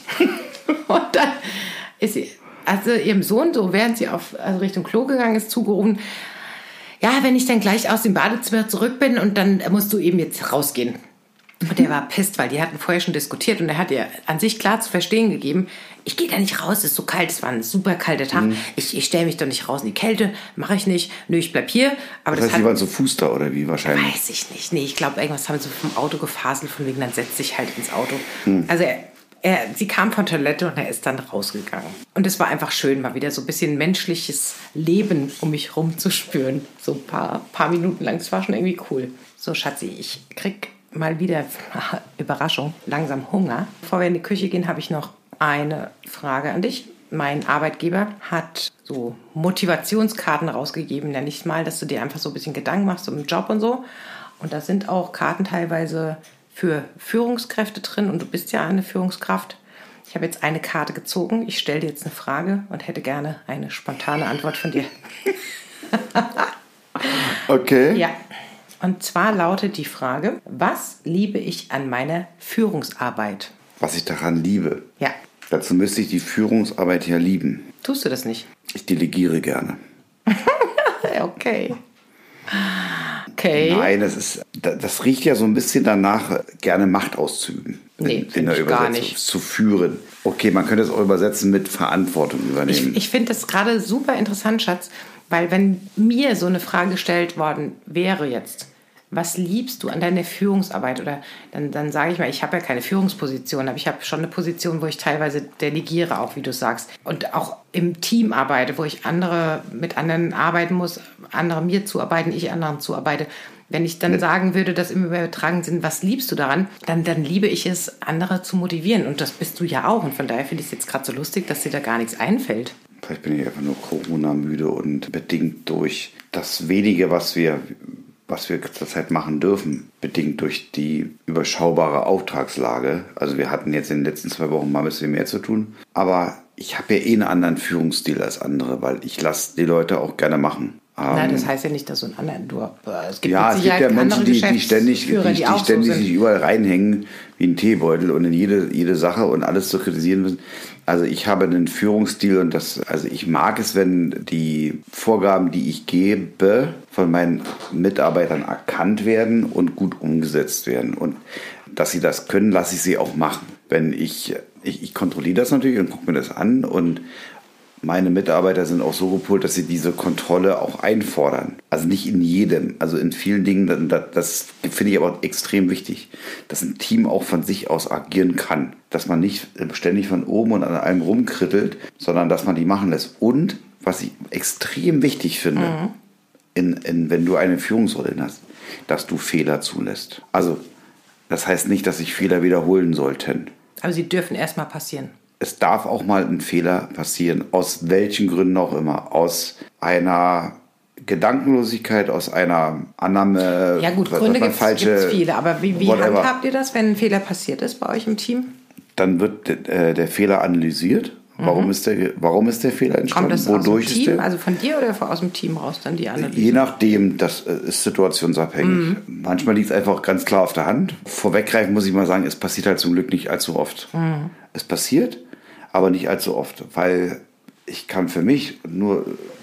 Und dann ist sie... Also ihrem Sohn, so während sie auf also Richtung Klo gegangen ist, zugerufen, ja, wenn ich dann gleich aus dem Badezimmer zurück bin und dann musst du eben jetzt rausgehen. Und der war pisst, weil die hatten vorher schon diskutiert und er hat ihr an sich klar zu verstehen gegeben, ich gehe da nicht raus, es ist so kalt, es war ein super kalter Tag, mhm. ich, ich stelle mich doch nicht raus in die Kälte, mache ich nicht, nö, ich bleib hier. Aber das heißt, das hat, die waren so Fuß da oder wie wahrscheinlich? Weiß ich nicht, nee, ich glaube, irgendwas haben sie vom Auto gefaselt, von wegen, dann setzt sich halt ins Auto. Mhm. Also er, Er, sie kam von Toilette und er ist dann rausgegangen. Und es war einfach schön, mal wieder so ein bisschen menschliches Leben um mich rum zu spüren. So ein paar, paar Minuten lang. Das war schon irgendwie cool. So, Schatzi, ich krieg mal wieder, Überraschung, langsam Hunger. Bevor wir in die Küche gehen, habe ich noch eine Frage an dich. Mein Arbeitgeber hat so Motivationskarten rausgegeben, nenne ich es mal, dass du dir einfach so ein bisschen Gedanken machst um den Job und so. Und da sind auch Karten teilweise für Führungskräfte drin und du bist ja eine Führungskraft. Ich habe jetzt eine Karte gezogen. Ich stelle dir jetzt eine Frage und hätte gerne eine spontane Antwort von dir. Okay. Ja. Und zwar lautet die Frage, was liebe ich an meiner Führungsarbeit? Was ich daran liebe? Ja. Dazu müsste ich die Führungsarbeit ja lieben. Tust du das nicht? Ich delegiere gerne. Okay. Okay. Nein, das ist, das riecht ja so ein bisschen danach, gerne Macht auszuüben. Nee, in, in der ich Übersetzung gar nicht. Zu führen. Okay, man könnte es auch übersetzen mit Verantwortung übernehmen. Ich, ich finde das gerade super interessant, Schatz, weil wenn mir so eine Frage gestellt worden wäre jetzt, was liebst du an deiner Führungsarbeit? Oder dann, dann sage ich mal, ich habe ja keine Führungsposition, aber ich habe schon eine Position, wo ich teilweise delegiere, auch wie du sagst. Und auch im Team arbeite, wo ich andere mit anderen arbeiten muss, andere mir zuarbeiten, ich anderen zuarbeite. Wenn ich dann sagen würde, dass im übertragenen Sinn, was liebst du daran, dann, dann liebe ich es, andere zu motivieren. Und das bist du ja auch. Und von daher finde ich es jetzt gerade so lustig, dass dir da gar nichts einfällt. Vielleicht bin ich einfach nur Corona-müde und bedingt durch das Wenige, was wir... was wir zurzeit machen dürfen, bedingt durch die überschaubare Auftragslage. Also wir hatten jetzt in den letzten zwei Wochen mal ein bisschen mehr zu tun. Aber ich habe ja eh einen anderen Führungsstil als andere, weil ich lasse die Leute auch gerne machen. Nein, das heißt ja nicht, dass du einen anderen... Du, es gibt ja, es gibt ja Menschen, die, die ständig, die, die, die ständig so sich überall reinhängen wie ein Teebeutel und in jede, jede Sache und alles zu kritisieren müssen. Also ich habe einen Führungsstil und das, also ich mag es, wenn die Vorgaben, die ich gebe, von meinen Mitarbeitern erkannt werden und gut umgesetzt werden. Und dass sie das können, lasse ich sie auch machen. Wenn ich, ich, ich kontrolliere das natürlich und gucke mir das an und meine Mitarbeiter sind auch so gepolt, dass sie diese Kontrolle auch einfordern. Also nicht in jedem, also in vielen Dingen, das, das finde ich aber extrem wichtig, dass ein Team auch von sich aus agieren kann. Dass man nicht ständig von oben und an allem rumkrittelt, sondern dass man die machen lässt. Und, was ich extrem wichtig finde, mhm. in, in, wenn du eine Führungsrolle hast, dass du Fehler zulässt. Also, das heißt nicht, dass sich Fehler wiederholen sollten. Aber sie dürfen erstmal passieren. Es darf auch mal ein Fehler passieren, aus welchen Gründen auch immer. Aus einer Gedankenlosigkeit, aus einer Annahme. Ja gut, Gründe gibt es viele, aber wie, wie handhabt ihr das, wenn ein Fehler passiert ist bei euch im Team? Dann wird äh, der Fehler analysiert. Warum, mhm. ist der, warum ist der Fehler entstanden? Kommt das Wodurch aus dem Team, also von dir oder aus dem Team raus dann die Analyse? Je nachdem, das ist situationsabhängig. Mhm. Manchmal liegt es einfach ganz klar auf der Hand. Vorweggreifen muss ich mal sagen, es passiert halt zum Glück nicht allzu oft. Mhm. Es passiert, aber nicht allzu oft, weil ich kann für mich nur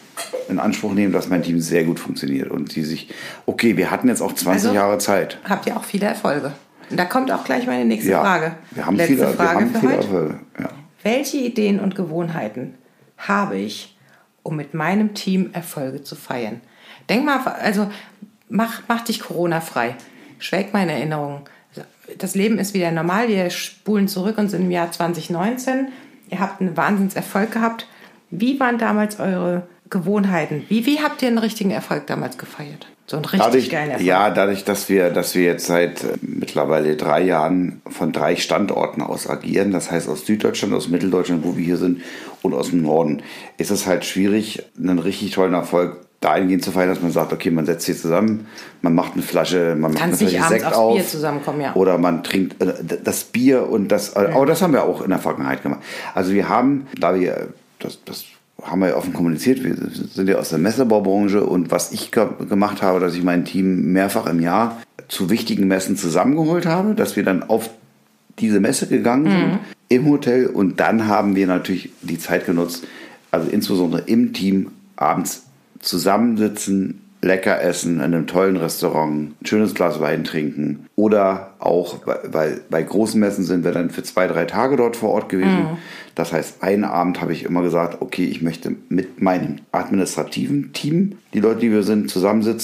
in Anspruch nehmen, dass mein Team sehr gut funktioniert und die sich, okay, wir hatten jetzt auch zwanzig also, Jahre Zeit. Habt ihr auch viele Erfolge? Und da kommt auch gleich meine nächste ja, Frage. Wir haben Letzte viele, Frage wir haben für viele heute. Erfolge. Ja. Welche Ideen und Gewohnheiten habe ich, um mit meinem Team Erfolge zu feiern? Denk mal, also mach, mach dich Corona-frei. Schwelg meine Erinnerungen. Das Leben ist wieder normal. Wir spulen zurück und sind im Jahr zwanzig neunzehn. Ihr habt einen Wahnsinnserfolg gehabt. Wie waren damals eure Gewohnheiten? Wie, wie habt ihr einen richtigen Erfolg damals gefeiert? So ein richtig dadurch, geiler Erfolg. Ja, dadurch, dass wir, dass wir jetzt seit äh, mittlerweile drei Jahren von drei Standorten aus agieren, das heißt aus Süddeutschland, aus Mitteldeutschland, wo wir hier sind, und aus dem Norden, ist es halt schwierig, einen richtig tollen Erfolg dahingehend zu feiern, dass man sagt, okay, man setzt hier zusammen, man macht eine Flasche, man macht eine Flasche Sekt auf. Bier zusammenkommen, ja. Oder man trinkt äh, das Bier und das, äh, aber das haben wir auch in der Vergangenheit gemacht. Also wir haben, da wir, das, das haben wir ja offen kommuniziert, wir sind ja aus der Messebaubranche und was ich ge- gemacht habe, dass ich mein Team mehrfach im Jahr zu wichtigen Messen zusammengeholt habe, dass wir dann auf diese Messe gegangen sind, mhm. im Hotel, und dann haben wir natürlich die Zeit genutzt, also insbesondere im Team abends zusammensitzen, lecker essen, in einem tollen Restaurant, ein schönes Glas Wein trinken oder auch, weil bei großen Messen sind wir dann für zwei, drei Tage dort vor Ort gewesen. Mhm. Das heißt, einen Abend habe ich immer gesagt, okay, ich möchte mit meinem administrativen Team, die Leute, die wir sind, zusammensitzen,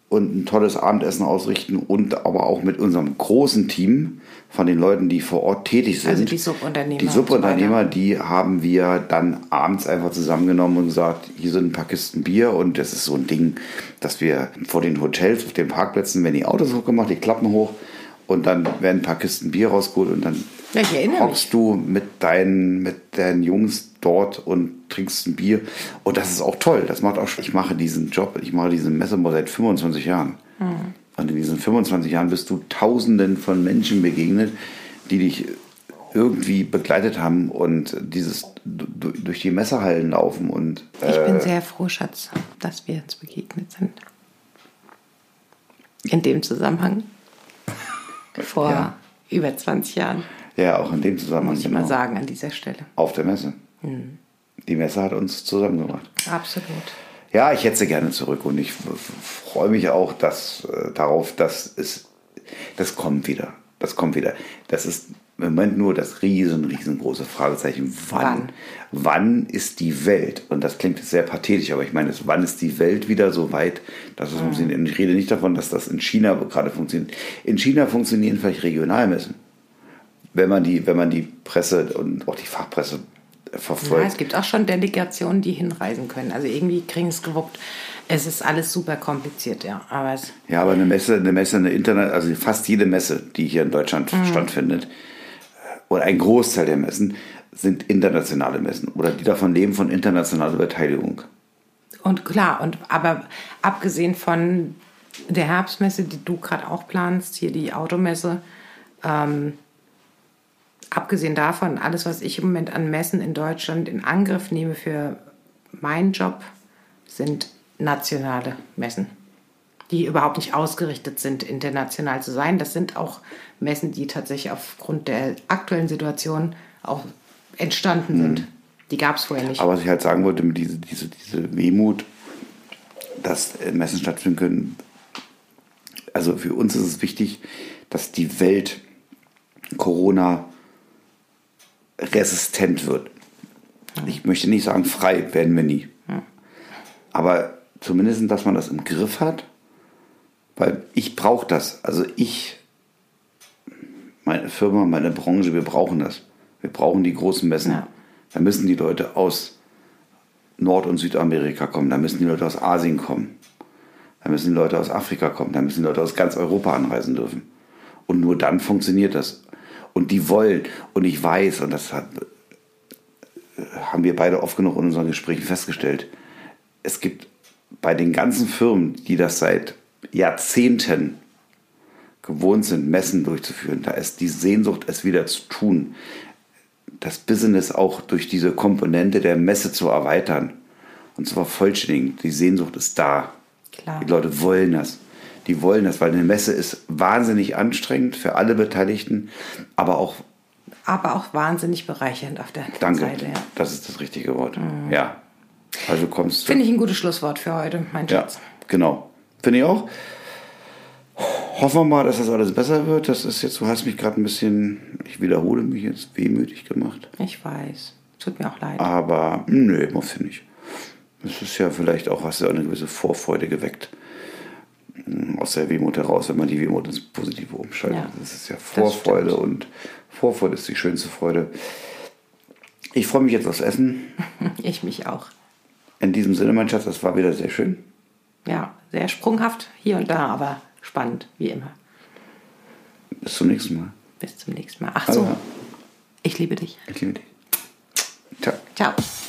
und ein tolles Abendessen ausrichten und aber auch mit unserem großen Team von den Leuten, die vor Ort tätig sind. Also die Subunternehmer. Die Subunternehmer, die haben wir dann abends einfach zusammengenommen und gesagt, hier sind ein paar Kisten Bier und das ist so ein Ding, dass wir vor den Hotels, auf den Parkplätzen, werden die Autos hochgemacht, die Klappen hoch und dann werden ein paar Kisten Bier rausgeholt und dann ja, ich erinnere hockst mich. du mit deinen, mit deinen Jungs dort und trinkst ein Bier. Und das ist auch toll. Das macht auch Spaß. Ich mache diesen Job, ich mache diesen Messebau seit fünfundzwanzig Jahren. Mhm. Und in diesen fünfundzwanzig Jahren bist du Tausenden von Menschen begegnet, die dich irgendwie begleitet haben und dieses durch die Messehallen laufen. Und, äh, ich bin sehr froh, Schatz, dass wir uns begegnet sind. In dem Zusammenhang. Vor ja. über zwanzig Jahren. Ja, auch in dem Zusammenhang. Muss ich genau. mal sagen, an dieser Stelle. Auf der Messe. Mhm. Die Messe hat uns zusammengebracht. Absolut. Ja, ich hätte sie gerne zurück und ich freue mich auch dass, äh, darauf, dass es, das kommt wieder. Das kommt wieder. Das ist im Moment nur das riesen, riesengroße Fragezeichen. Wann? Wann, wann ist die Welt? Und das klingt jetzt sehr pathetisch, aber ich meine, wann ist die Welt wieder so weit, dass es mhm. funktioniert? Und ich rede nicht davon, dass das in China gerade funktioniert. In China funktionieren vielleicht Regionalmessen. Wenn man die, wenn man die Presse und auch die Fachpresse verfolgt. Ja, es gibt auch schon Delegationen, die hinreisen können. Also irgendwie kriegen es gewuppt. Es ist alles super kompliziert, ja. Aber es ja, aber eine Messe, eine Messe, eine Internet, also fast jede Messe, die hier in Deutschland mhm. stattfindet, oder ein Großteil der Messen sind internationale Messen oder die davon leben von internationaler Beteiligung. Und klar, und aber abgesehen von der Herbstmesse, die du gerade auch planst, hier die Automesse, ähm, abgesehen davon, alles, was ich im Moment an Messen in Deutschland in Angriff nehme für meinen Job, sind nationale Messen, die überhaupt nicht ausgerichtet sind, international zu sein. Das sind auch Messen, die tatsächlich aufgrund der aktuellen Situation auch entstanden mhm. sind. Die gab es vorher nicht. Aber was ich halt sagen wollte, mit diese, diese, diese Wehmut, dass Messen stattfinden können, also für uns ist es wichtig, dass die Welt Corona resistent wird. Ich möchte nicht sagen, frei werden wir nie. Aber zumindest, dass man das im Griff hat, weil ich brauche das. Also ich, meine Firma, meine Branche, wir brauchen das. Wir brauchen die großen Messen. Ja. Da müssen die Leute aus Nord- und Südamerika kommen, da müssen die Leute aus Asien kommen, da müssen die Leute aus Afrika kommen, da müssen die Leute aus ganz Europa anreisen dürfen. Und nur dann funktioniert das. Und die wollen. Und ich weiß, und das hat, haben wir beide oft genug in unseren Gesprächen festgestellt, es gibt bei den ganzen Firmen, die das seit Jahrzehnten gewohnt sind, Messen durchzuführen, da ist die Sehnsucht, es wieder zu tun, das Business auch durch diese Komponente der Messe zu erweitern und zu vervollständigen. Die Sehnsucht ist da. Klar. Die Leute wollen das. Die wollen das, weil eine Messe ist wahnsinnig anstrengend für alle Beteiligten, aber auch aber auch wahnsinnig bereichernd auf der anderen danke, Seite. Ja. Das ist das richtige Wort. Mhm. Ja. Also kommst Finde ich ein gutes Schlusswort für heute, mein Schatz. Ja, genau. Finde ich auch. Hoffen wir mal, dass das alles besser wird. Das ist jetzt, du hast mich gerade ein bisschen, ich wiederhole mich jetzt, wehmütig gemacht. Ich weiß. Tut mir auch leid. Aber nö, muss ich nicht. Es ist ja vielleicht auch, hast du eine gewisse Vorfreude geweckt. Aus der Wehmut heraus, wenn man die Wehmut ins Positive umschaltet. Ja, das ist ja Vorfreude und Vorfreude ist die schönste Freude. Ich freue mich jetzt aufs Essen. Ich mich auch. In diesem Sinne, mein Schatz, das war wieder sehr schön. Ja, sehr sprunghaft hier und da, aber spannend, wie immer. Bis zum nächsten Mal. Bis zum nächsten Mal. Ach so, also, ich liebe dich. Ich liebe dich. Ciao. Ciao.